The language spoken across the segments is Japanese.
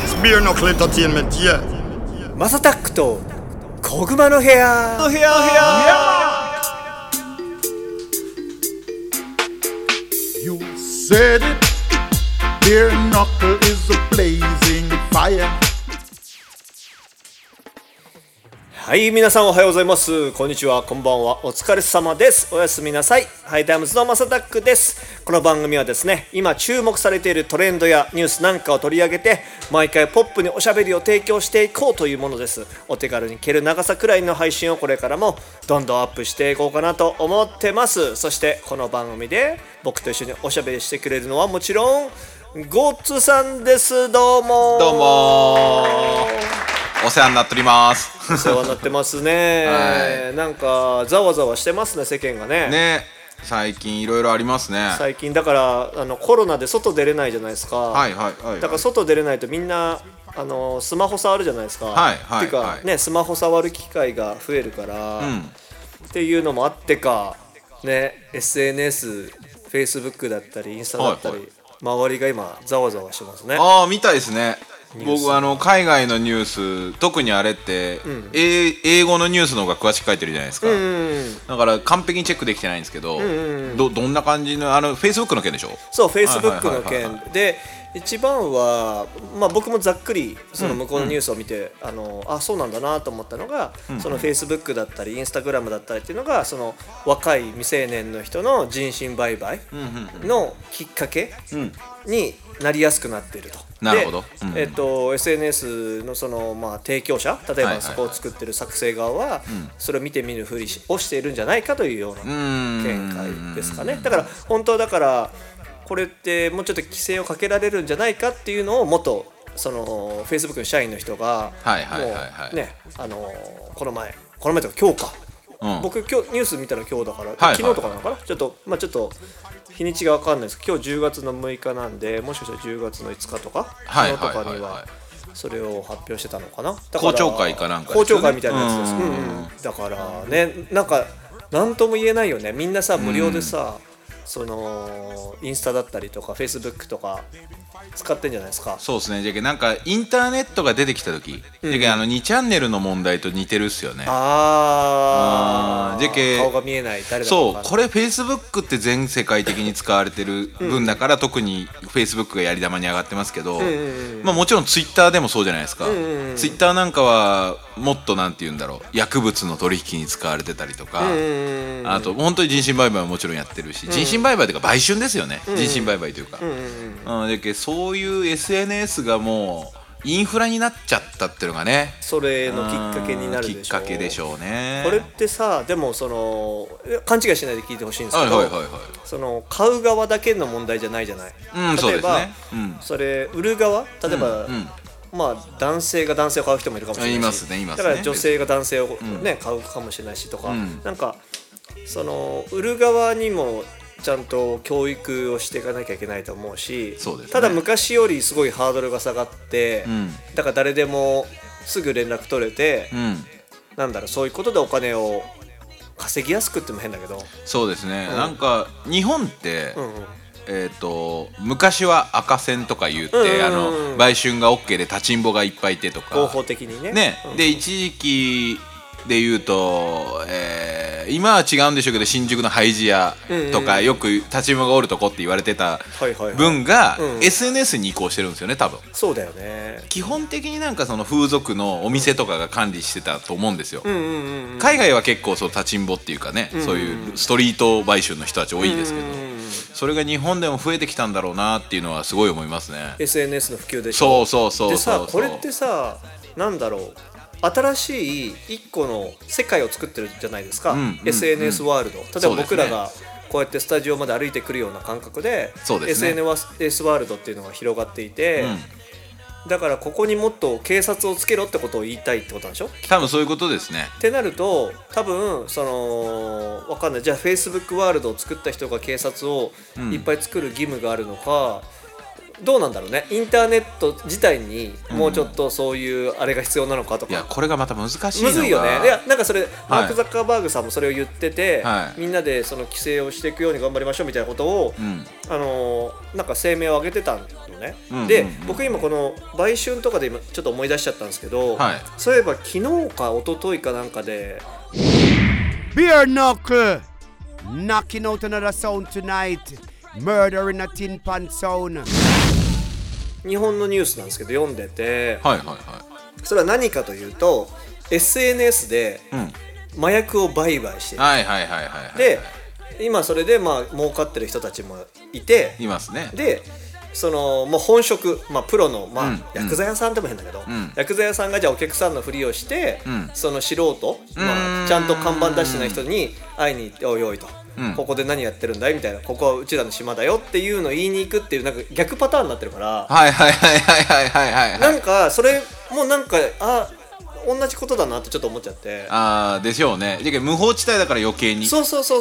It's Beer Knuckle Entertainment, yeah. マサタックと小熊の部屋。 You said it. Beer Knuckle is a blazing fire. はい、皆さんおはようございます。こんにちは、こんばんは。お疲れ様です。おやすみなさい。ハイタイムズのマサタックです。この番組はですね、今注目されているトレンドやニュースなんかを取り上げて、毎回ポップにおしゃべりを提供していこうというものです。お手軽に蹴る長さくらいの配信をこれからもどんどんアップしていこうかなと思ってます。そしてこの番組で僕と一緒におしゃべりしてくれるのはもちろんゴッツさんです。どうもどうもお世話になっております。 お世話になってますね、はい、なんかざわざわしてますね、世間がね。 最近いろいろありますね。 最近だからコロナで外出れないじゃないですか。 はいはいはい、はい、 だから外出れないとみんなスマホ触るじゃないですか。 はいはい、 っていうかね、スマホ触る機会が増えるから、っていうのもあってかね、 SNS、Facebook だったりインスタだったり、はいはい、周りが今ざわざわしてますね。 ああ、みたいですね。僕海外のニュース、特にあれって、英語のニュースの方が詳しく書いてるじゃないですか、だから完璧にチェックできてないんですけど、どんな感じのFacebook の件でしょ。 そう、Facebook の件で一番は、僕もざっくりその向こうのニュースを見て、そうなんだなと思ったのが、その Facebook だったり Instagram だったりっていうのが、その若い未成年の人の人身売買のきっかけになりやすくなっていると。 なるほど。 SNS のその提供者、例えばそこを作ってる作成側はそれを見て見ぬふりをしているんじゃないかというような見解ですかね。だから本当はこれってもうちょっと規制をかけられるんじゃないかっていうのを元その Facebook の社員の人がもうね、この前というか今日か、僕今日ニュース見たの今日だから、昨日とかなのかな、ちょっと日にちが分かんないですけど、今日10月の6日なんで、もしかしたら10月の5日とか昨日とかにはそれを発表してたのかな。 公聴会かなんか、 公聴会みたいなやつです。だからね、なんとも言えないよね。みんなさ、無料でさ、そのインスタだったりとか Facebook とか使ってんじゃないですか。 そうですね。じゃけなんかインターネットが出てきた時、じゃけ2チャンネルの問題と似てるっすよね。 じゃけ顔が見えない、誰だか分かんない。 そう、これ Facebook って全世界的に使われてる分だから、特に Facebook がやり玉に上がってますけど、もちろん Twitter でもそうじゃないですか。Twitter なんかはもっとなんて言うんだろう、薬物の取引に使われてたりとか、あと本当に人身売買はもちろんやってるし、人身売買というか売春ですよね。人身売買というか、だけどそういう SNS がもうインフラになっちゃったっていうのがね、 それのきっかけになるでしょう。 きっかけでしょうね。 これってさ、でもその勘違いしないで聞いてほしいんですけど、その買う側だけの問題じゃないじゃない。例えば、それ売る側、例えば、男性が男性を買う人もいるかもしれないし、だから女性が男性を買うかもしれないしとか、なんかその売る側にもちゃんと教育をしていかなきゃいけないと思うし、ただ昔よりすごいハードルが下がって、だから誰でもすぐ連絡取れて、そういうことでお金を稼ぎやすくっても変だけど、 そうですね。なんか日本って、昔は赤線とか言って売春が OK で立ちんぼがいっぱいいてとか、 合法的にね。 で一時期で言うと、今は違うんでしょうけど、新宿のハイジアとか、よく立ちんぼがおるとこって言われてた分が SNS に移行してるんですよね、多分。 そうだよね。 基本的になんかその風俗のお店とかが管理してたと思うんですよ。海外は結構そう立ちんぼっていうかね、そういうストリート売春の人たち多いですけど、それが日本でも増えてきたんだろうなっていうのはすごい思いますね。 SNS の普及でしょ。 そうでさ、これってさ、新しい一個の世界を作ってるじゃないですか、SNS ワールド。例えば僕らがこうやってスタジオまで歩いてくるような感覚で、SNS ワールドっていうのが広がっていて、だからここにもっと警察をつけろってことを言いたいってことなんでしょ。 多分そういうことですね。 ってなると、多分その分かんない。じゃあ Facebook ワールドを作った人が警察をいっぱい作る義務があるのか、 どうなんだろうね、インターネット自体にもうちょっとそういうあれが必要なのかとか、 いやこれがまた難しいのがむずいよね。いやなんかそれ、マーク・ザッカーバーグさんもそれを言ってて、みんなでその規制をしていくように頑張りましょうみたいなことを、なんか声明を上げてたのね、で僕今この売春とかで今ちょっと思い出しちゃったんですけど、そういえば昨日か一昨日かなんかで Beer Knuckle knocking out another sound tonight, murder in a tin pan sound。 日本のニュースなんですけど読んでて、それは何かというと SNS で麻薬を売買している、で今それでまあ儲かってる人たちもいていますね。 でそのもう本職、プロの、薬剤屋さんでも変だけど、薬剤屋さんがじゃあお客さんのふりをして、その素人、ちゃんと看板出してない人に会いに行って、おいおいと、ここで何やってるんだいみたいな、ここはうちらの島だよっていうのを言いに行くっていうなんか逆パターンになってるから、なんかそれもなんか同じことだなってちょっと思っちゃって。 でしょうね。無法地帯だから余計に。 そう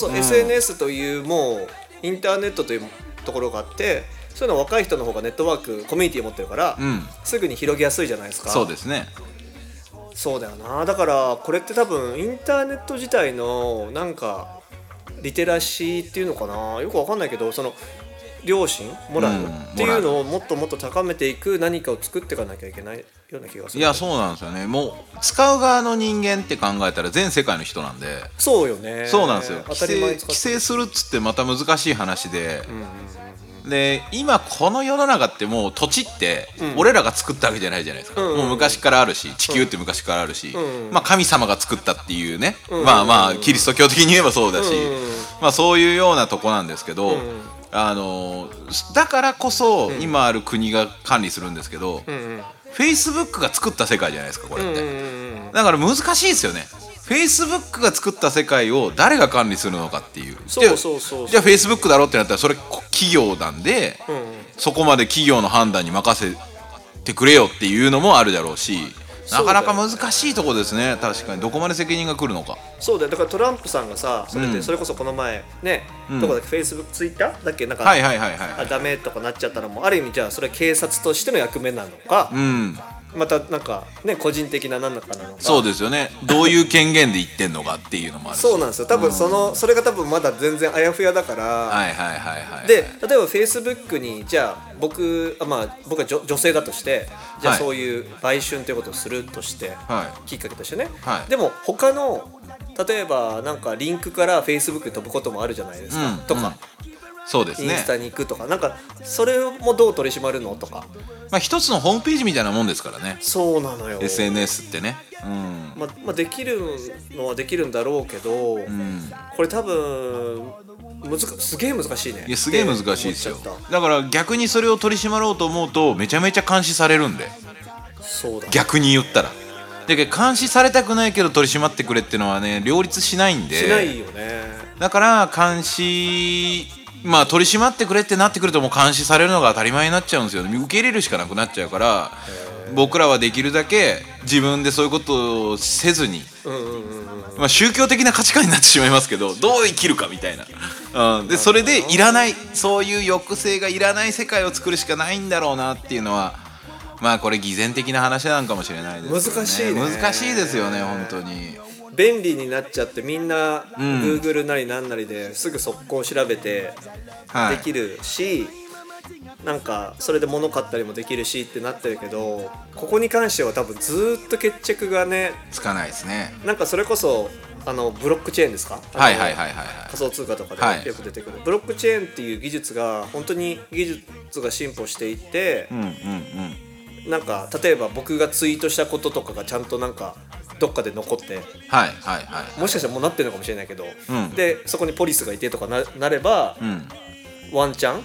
、SNS というもうインターネットというところがあって、そういうの若い人の方がネットワークコミュニティを持ってるから、すぐに広げやすいじゃないですか。 そうですね。 そうだよな。だからこれって多分インターネット自体のなんかリテラシーっていうのかな、よくわかんないけど、その良心モラルっていうのをもっともっと高めていく何かを作っていかなきゃいけないような気がする。 いやそうなんですよね。もう使う側の人間って考えたら全世界の人なんで。 そうよね。 そうなんですよ。 当たり前規制するっつってまた難しい話で、で今この世の中ってもう土地って俺らが作ったわけじゃないじゃないですか、もう昔からあるし、地球って昔からあるし、神様が作ったっていうね、キリスト教的に言えばそうだし、そういうようなとこなんですけど、だからこそ今ある国が管理するんですけど、Facebook が作った世界じゃないですかこれって、だから難しいですよね。Facebook が作った世界を誰が管理するのかっていう。じゃあ Facebook だろってなったらそれ企業なんで、そこまで企業の判断に任せてくれよっていうのもあるだろうし、なかなか難しいとこですね。確かにどこまで責任が来るのか。 そうだよ。だからトランプさんがさ、それでそれこそこの前ね、どこだっけ、Facebook、Twitter だっけ、なんかダメとかなっちゃったのもある意味、じゃあそれは警察としての役目なのか、またなんかね個人的な何だかなのか。 そうですよね。どういう権限で言ってんのかっていうのもあるし。 そうなんですよ。多分それが多分まだ全然あやふやだから。で例えば Facebook にじゃあ僕は女性だとして、じゃあそういう売春ということをするとして、きっかけとしてね、でも他の例えばなんかリンクから Facebook に飛ぶこともあるじゃないですか、とか。 そうですね、 インスタに行くとか、なんかそれもどう取り締まるのとか、 一つのホームページみたいなもんですからね。 そうなのよ。 SNS ってね、 できるのはできるんだろうけど、これ多分すげえ難しいね。 いやすげえ難しいですよ。だから逆にそれを取り締まろうと思うとめちゃめちゃ監視されるんで。 そうだ、 逆に言ったら。だけど監視されたくないけど取り締まってくれっていうのはね、両立しないんで。 しないよね。 だから監視取り締まってくれってなってくるともう監視されるのが当たり前になっちゃうんですよ。受け入れるしかなくなっちゃうから、僕らはできるだけ自分でそういうことをせずに、宗教的な価値観になってしまいますけど、どう生きるかみたいな、でそれでいらない、そういう抑制がいらない世界を作るしかないんだろうなっていうのは、これ偽善的な話なんかもしれないですけどね。 難しいね。 難しいですよね本当に。 便利になっちゃってみんな Google なりなんなりですぐ速攻調べてできるし、なんかそれで物買ったりもできるしってなってるけど、ここに関しては多分ずっと決着がねつかないですね。 なんかそれこそブロックチェーンですか、仮想通貨とかでよく出てくる、ブロックチェーンっていう技術が本当に技術が進歩していて、なんか例えば僕がツイートしたこととかがちゃんとなんかどっかで残って、もしかしたらもうなってるのかもしれないけど、でそこにポリスがいてとか なれば、ワンチャン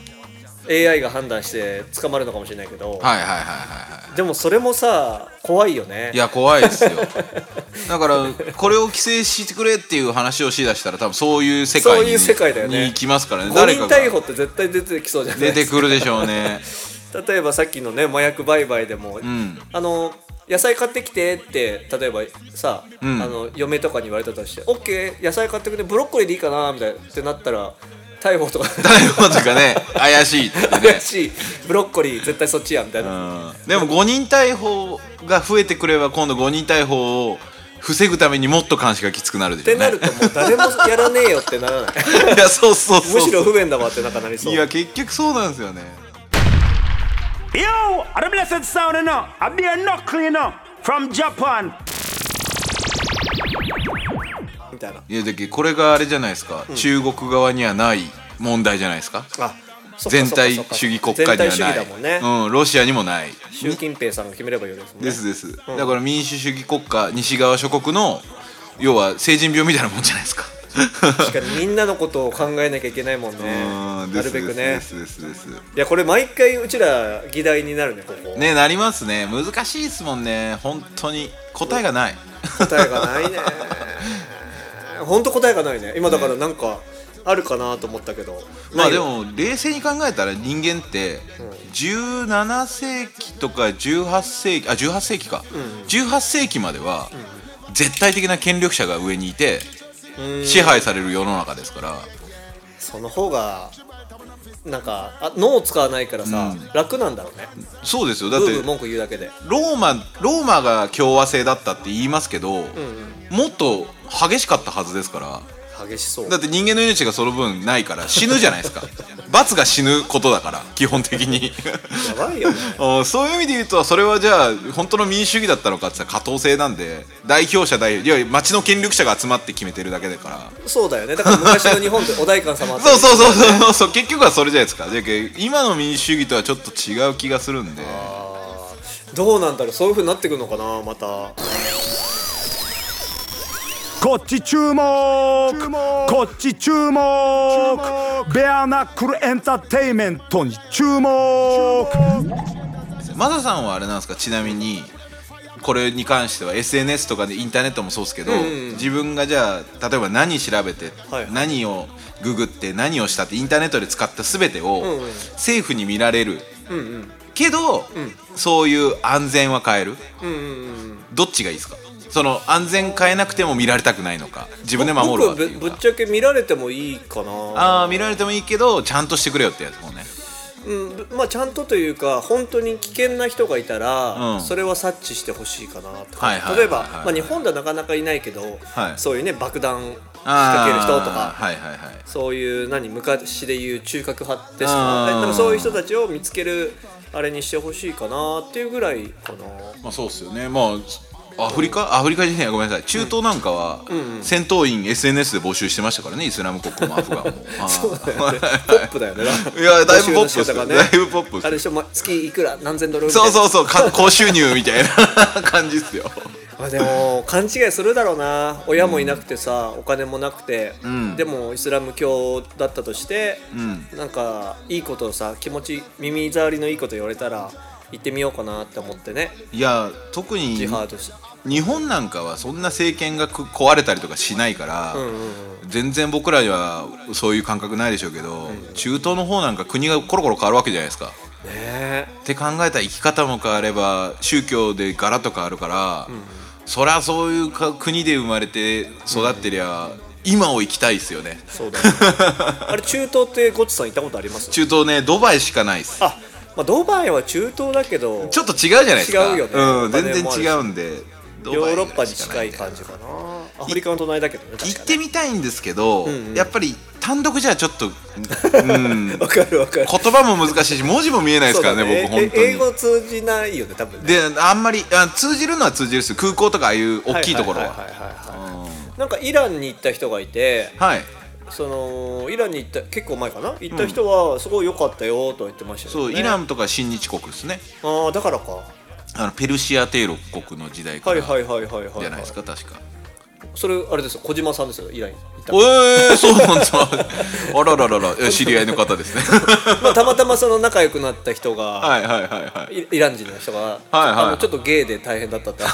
AI が判断して捕まるのかもしれないけど、でもそれもさ怖いよね。 いや怖いですよだからこれを規制してくれっていう話をしだしたら多分そういう世界に行きますからね。 5人逮捕って絶対出てきそうじゃないですか。 出てくるでしょうね例えばさっきのね麻薬売買でも、野菜買ってきてって例えばさ、嫁とかに言われたとして、オッケー野菜買ってくれ、ブロッコリーでいいかなみたいなってなったら逮捕とかね怪しいってね怪しいブロッコリー絶対そっちやみたいな、 でも5人逮捕が増えてくれば今度5人逮捕を防ぐためにもっと監視がきつくなるでしょうね。 ってなるともう誰もやらねえよってならないいやそうそうそうむしろ不便だわってなんかなりそう。 いや結局そうなんですよね。 Yo, the blessed sound enough. I be a knuckle, you know, from Japan. みたいな。 いやだけどこれがあれじゃないですか、中国側にはない問題じゃないですか。全体主義国家にはない。 全体主義だもんね。 ロシアにもない。 習近平さんが決めればいいですもんね。 です、だから民主主義国家西側諸国の要は成人病みたいなもんじゃないですか。 確かにみんなのことを考えなきゃいけないもんね。なるべくね。いやこれ毎回うちら議題になるねここ。 ねなりますね。難しいですもんね本当に。答えがない。 答えがないね。本当答えがないね。今だからなんかあるかなと思ったけど、 まあでも冷静に考えたら人間って17世紀とか18世紀18世紀か、18世紀までは絶対的な権力者が上にいて支配される世の中ですから、 その方がなんか脳を使わないからさ、楽なんだろうね。 そうですよ。だって文句言うだけでローマが共和制だったって言いますけど、もっと激しかったはずですから。 激しそう。 だって人間の命がその分ないから死ぬじゃないですか。罰が死ぬことだから基本的にやばいよねそういう意味で言うとそれはじゃあ本当の民主主義だったのかって言ったら過当性なんで、代表者いや町の権力者が集まって決めてるだけだから。 そうだよね。だから昔の日本ってお代官様そう結局はそれじゃないですか。今の民主主義とはちょっと違う気がするんで。 どうなんだろう。そういう風になってくるのかなまた。 こっち注目こっち注目ベアナックルエンターテインメントに注目。 マサさんはあれなんですか。ちなみにこれに関しては SNS とかでインターネットもそうですけど、自分がじゃあ例えば何調べて、何をググって何をしたってインターネットで使った全てを政府に見られる、けど、そういう安全は変える、どっちがいいですか。その安全変えなくても見られたくないのか、自分で守るわっていうか。 ぶっちゃけ見られてもいいかな。 見られてもいいけどちゃんとしてくれよってやつもね。 まあちゃんとというか本当に危険な人がいたら、それは察知してほしいかなとか。例えば、日本ではなかなかいないけど、そういうね爆弾仕掛ける人とか、そういう昔でいう中核派ですか、そういう人たちを見つけるあれにしてほしいかなっていうぐらいかな。 まあそうっすよね。まあアフリカじゃない、ごめんなさい、中東なんかは戦闘員 SNS で募集してましたからね、イスラム国もアフガンもそうだよね、ポップだよね。 いやだいぶポップですよ、だいぶポップです。 あれでしょ、月いくら何千ドルみたいな。 そう高収入みたいな感じっすよ。 でも勘違いするだろうな。親もいなくてさ、お金もなくて、でもイスラム教だったとして、なんかいいことをさ、気持ち耳障りのいいこと言われたら行ってみようかなって思ってね。 いや特にジハードして日本なんかはそんな政権が壊れたりとかしないから、全然僕らにはそういう感覚ないでしょうけど、中東の方なんか国がコロコロ変わるわけじゃないですか。って考えたら生き方も変われば宗教でガラッと変わるから、そりゃそういう国で生まれて育ってりゃ、今を生きたいですよね。 そうだねあれ中東ってゴッツさん行ったことあります？ 中東ね、ドバイしかないです。 ドバイは中東だけどちょっと違うじゃないですか。 違うよね、 全然違うんで。 ヨーロッパに近い感じかな。アフリカの隣だけどね。 行ってみたいんですけど、やっぱり単独じゃちょっとわかる言葉も難しいし文字も見えないですからね、僕本当に。 英語通じないよね多分ね。 であんまり通じるのは通じるです。空港とかああいう大きいところは。 なんかイランに行った人がいて、そのイランに行った結構前かな、行った人はすごい良かったよと言ってましたよね。 そう、イランとか親日国ですね。 だからか。ペルシア帝国の時代からじゃないですか確か。 それあれですよ、小島さんですよ、イランに行った。 そうなんですか。あらららら、知り合いの方ですね。 たまたまその仲良くなった人がイラン人の人がちょっとゲイで大変だったって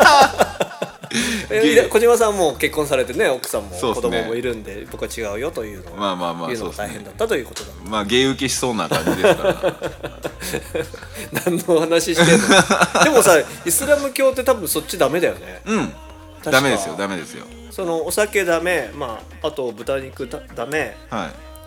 小島さんも結婚されてね、奥さんも子供もいるんで、僕は違うよというのが大変だったということだ。 まあゲイ受けしそうな感じですから何の話してんのでもさ、イスラム教って多分そっちダメだよね。 ダメですよ。 そのお酒ダメ、あと豚肉ダメ、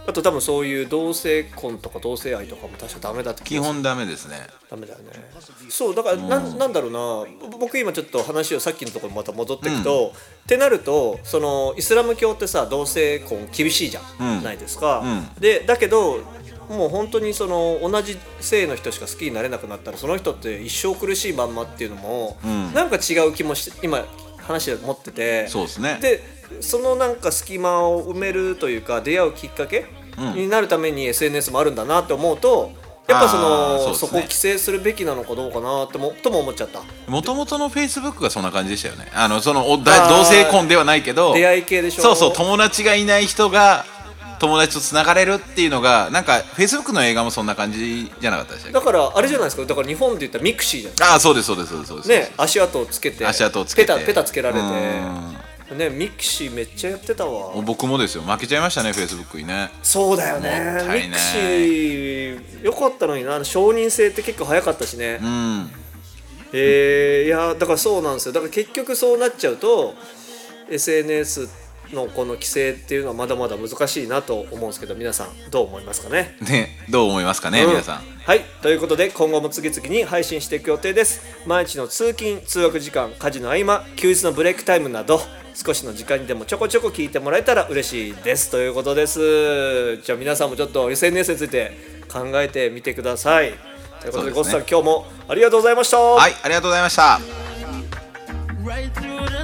あと多分そういう同性婚とか同性愛とかも確かダメだって基本ダメですね。 ダメだよね。そうだからなんだろうな、僕今ちょっと話をさっきのところにまた戻っていくと、ってなるとそのイスラム教ってさ同性婚厳しいじゃないですか、でだけどもう本当にその同じ性の人しか好きになれなくなったらその人って一生苦しいまんまっていうのも、なんか違う気もして今話で持ってて、 そうですね。 でそのなんか隙間を埋めるというか出会うきっかけになるために SNS もあるんだなって思うと、やっぱそこを規制するべきなのかどうかなとも思っちゃった。 もともとの Facebook がそんな感じでしたよね。その同性婚ではないけど出会い系でしょ。 そうそう友達がいない人が友達とつながれるっていうのがなんか Facebook の映画もそんな感じじゃなかったでしたっけ。 だからあれじゃないですか。だから日本で言ったらミクシーじゃないですか。 そうですそうですそうですね、足跡をつけてペタつけられてね、ミクシーめっちゃやってたわ。 僕もですよ。負けちゃいましたね Facebook にね。 そうだよね。ミクシーよかったのにな。承認制って結構早かったしね。いやだからそうなんですよ。だから結局そうなっちゃうと SNS のこの規制っていうのはまだまだ難しいなと思うんですけど、皆さんどう思いますかね。 どう思いますかね、皆さん。 はい、ということで今後も次々に配信していく予定です。毎日の通勤通学時間、家事の合間、休日のブレイクタイムなど少しの時間にでもちょこちょこ聞いてもらえたら嬉しいですということです。じゃあ皆さんもちょっと SNS について考えてみてください。ということでゴッさん今日もありがとうございました。 はい、ありがとうございました。